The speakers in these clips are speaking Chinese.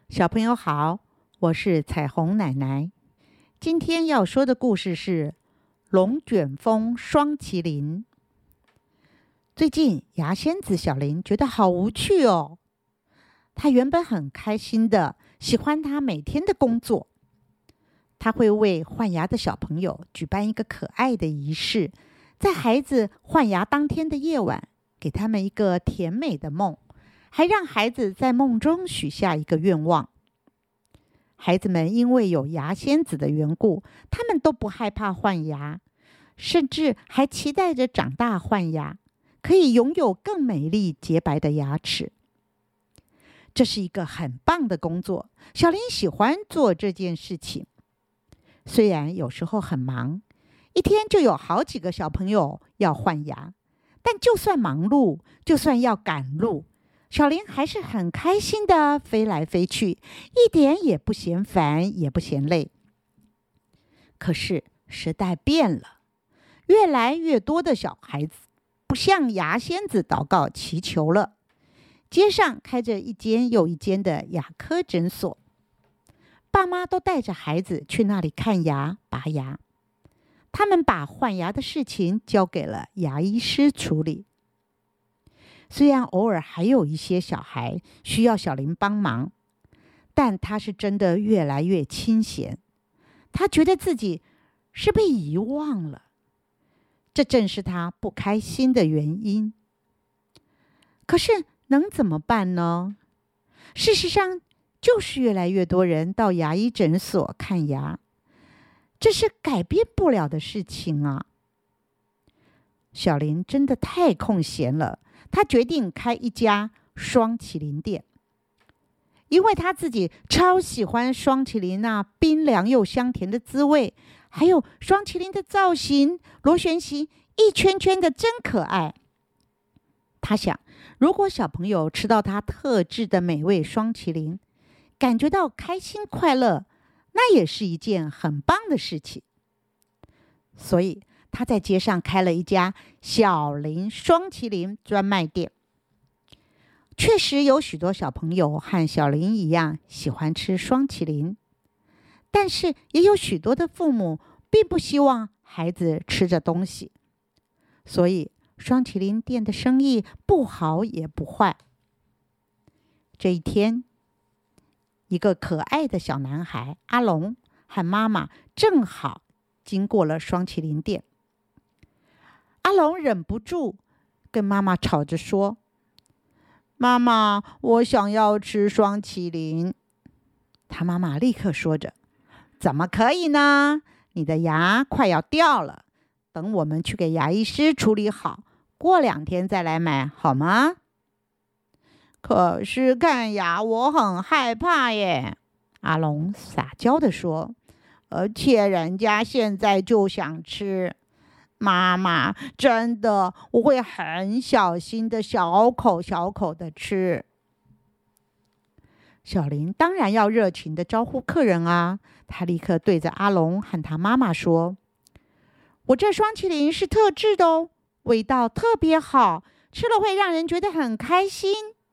小朋友好，我是彩虹奶奶。今天要说的故事是龙卷风双麒麟。最近牙仙子小林觉得好无趣哦。她原本很开心的，喜欢她每天的工作。她会为换牙的小朋友举办一个可爱的仪式，在孩子换牙当天的夜晚，给他们一个甜美的梦，还让孩子在梦中许下一个愿望。孩子们因为有牙仙子的缘故，他们都不害怕换牙，甚至还期待着长大换牙，可以拥有更美丽洁白的牙齿。这是一个很棒的工作，小林喜欢做这件事情。虽然有时候很忙，一天就有好几个小朋友要换牙，但就算忙碌，就算要赶路，小林还是很开心的飞来飞去，一点也不嫌烦，也不嫌累。可是时代变了，越来越多的小孩子不向牙仙子祷告祈求了。街上开着一间又一间的牙科诊所，爸妈都带着孩子去那里看牙、拔牙。他们把换牙的事情交给了牙医师处理。虽然偶尔还有一些小孩需要小林帮忙，但他是真的越来越清闲。他觉得自己是被遗忘了，这正是他不开心的原因。可是能怎么办呢？事实上，就是越来越多人到牙医诊所看牙，这是改变不了的事情啊。小林真的太空闲了，他决定开一家双麒麟店，因为他自己超喜欢双麒麟那冰凉又香甜的滋味，还有双麒麟的造型，螺旋形一圈圈的真可爱。他想，如果小朋友吃到他特制的美味双麒麟，感觉到开心快乐，那也是一件很棒的事情。所以他在街上开了一家小林双麒麟专卖店。确实有许多小朋友和小林一样喜欢吃双麒麟，但是也有许多的父母并不希望孩子吃这东西，所以双麒麟店的生意不好也不坏。这一天，一个可爱的小男孩阿龙和妈妈正好经过了双麒麟店。阿龙忍不住跟妈妈吵着说：“妈妈，我想要吃双麒麟。”他妈妈立刻说着：“怎么可以呢？你的牙快要掉了，等我们去给牙医师处理好，过2天再来买好吗？”可是看牙我很害怕耶，阿龙撒娇地说，而且人家现在就想吃。妈妈，真的，我会很小心的小口小口的吃。小林当然要热情的招呼客人啊，他立刻对着阿龙和他妈妈说：“我这双麒麟是特制的哦，味道特别好，吃了会让人觉得很开心。”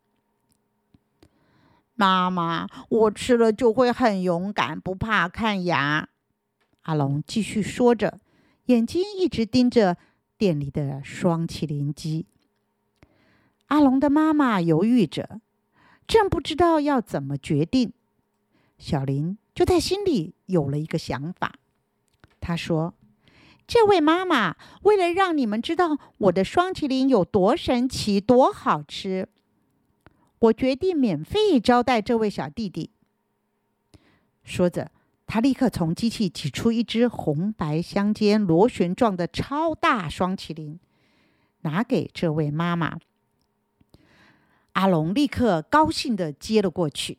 妈妈，我吃了就会很勇敢，不怕看牙。阿龙继续说着，眼睛一直盯着店里的双麒麟机。阿龙的妈妈犹豫着，正不知道要怎么决定。小林就在心里有了一个想法。他说：“这位妈妈，为了让你们知道我的双麒麟有多神奇、多好吃，我决定免费招待这位小弟弟。”说着，他立刻从机器挤出一只红白相间、螺旋状的超大双麒麟，拿给这位妈妈。阿龙立刻高兴地接了过去。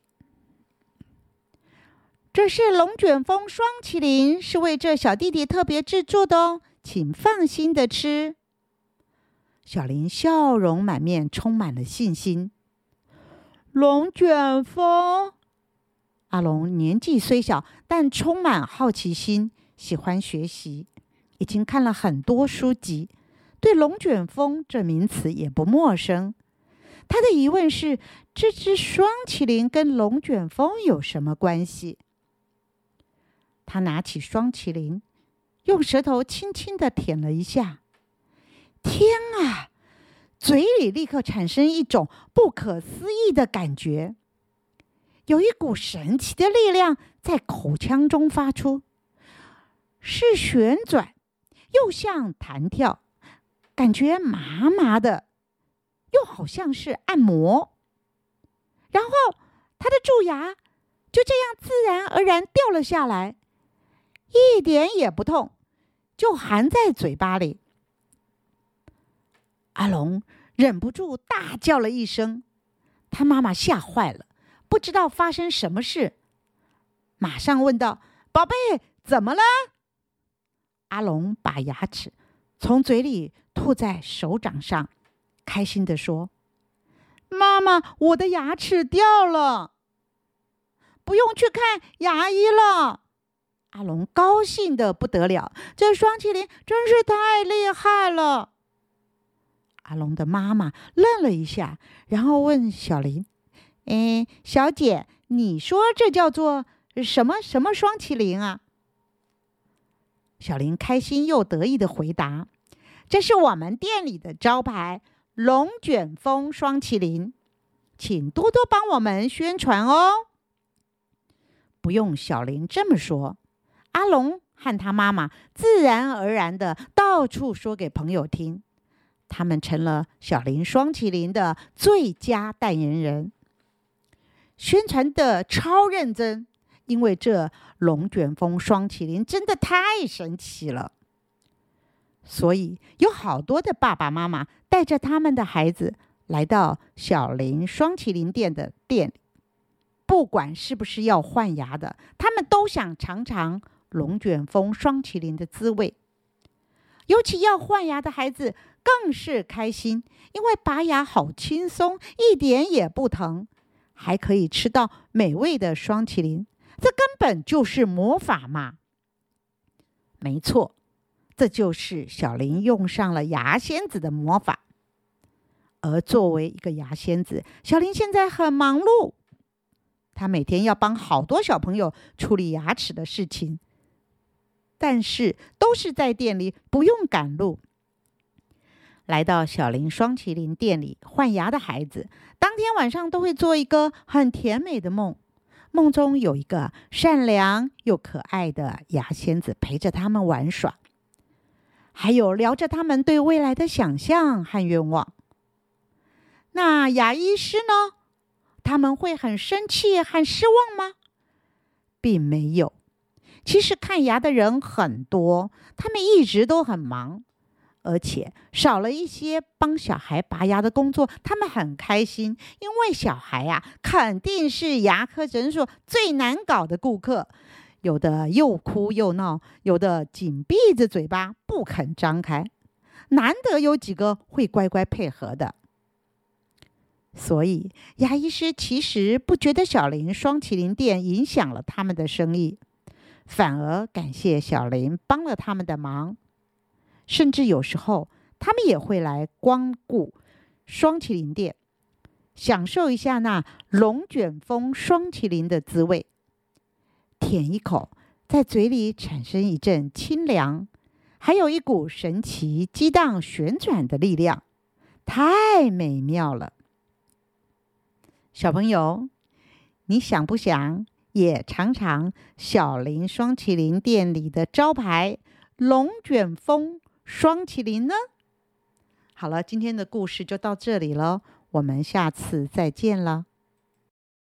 这是龙卷风双麒麟，是为这小弟弟特别制作的哦，请放心的吃。小林笑容满面，充满了信心。龙卷风，阿龙年纪虽小，但充满好奇心，喜欢学习，已经看了很多书籍，对龙卷风这名词也不陌生。 他的疑问是：这只双麒麟跟龙卷风有什么关系？他拿起双麒麟，用舌头轻轻地舔了一下。天啊！嘴里立刻产生一种不可思议的感觉，有一股神奇的力量在口腔中发出，是旋转，又像弹跳，感觉麻麻的，又好像是按摩。然后他的蛀牙就这样自然而然掉了下来，一点也不痛，就含在嘴巴里。阿龙忍不住大叫了一声，他妈妈吓坏了，不知道发生什么事，马上问道：“宝贝，怎么了？”阿龙把牙齿从嘴里吐在手掌上，开心地说：“妈妈，我的牙齿掉了，不用去看牙医了。”阿龙高兴得不得了，这双麒麟真是太厉害了。阿龙的妈妈愣了一下，然后问小林：“小姐，你说这叫做什么双麒麟啊？”小林开心又得意地回答：“这是我们店里的招牌龙卷风双麒麟，请多多帮我们宣传哦。”不用小林这么说，阿龙和他妈妈自然而然地到处说给朋友听。他们成了小林双麒麟的最佳代言人，宣传的超认真，因为这龙卷风双麒麟真的太神奇了。所以有好多的爸爸妈妈带着他们的孩子来到小林双麒麟店的店里，不管是不是要换牙的，他们都想尝尝龙卷风双麒麟的滋味。尤其要换牙的孩子更是开心，因为拔牙好轻松，一点也不疼，还可以吃到美味的双麒麟，这根本就是魔法嘛！没错，这就是小林用上了牙仙子的魔法。而作为一个牙仙子，小林现在很忙碌，他每天要帮好多小朋友处理牙齿的事情，但是都是在店里，不用赶路。来到小林双麒麟店里换牙的孩子，当天晚上都会做一个很甜美的梦，梦中有一个善良又可爱的牙仙子陪着他们玩耍，还有聊着他们对未来的想象和愿望。那牙医师呢？他们会很生气和失望吗？并没有。其实看牙的人很多，他们一直都很忙，而且少了一些帮小孩拔牙的工作，他们很开心，因为小孩肯定是牙科诊所最难搞的顾客，有的又哭又闹，有的紧闭着嘴巴不肯张开，难得有几个会乖乖配合的。所以牙医师其实不觉得小林双麒麟店影响了他们的生意，反而感谢小林帮了他们的忙，甚至有时候他们也会来光顾双麒麟店，享受一下那龙卷风双麒麟的滋味。舔一口，在嘴里产生一阵清凉，还有一股神奇激荡旋转的力量，太美妙了。小朋友，你想不想也尝尝小林双麒麟店里的招牌龙卷风双麒麟呢？好了，今天的故事就到这里了，我们下次再见了。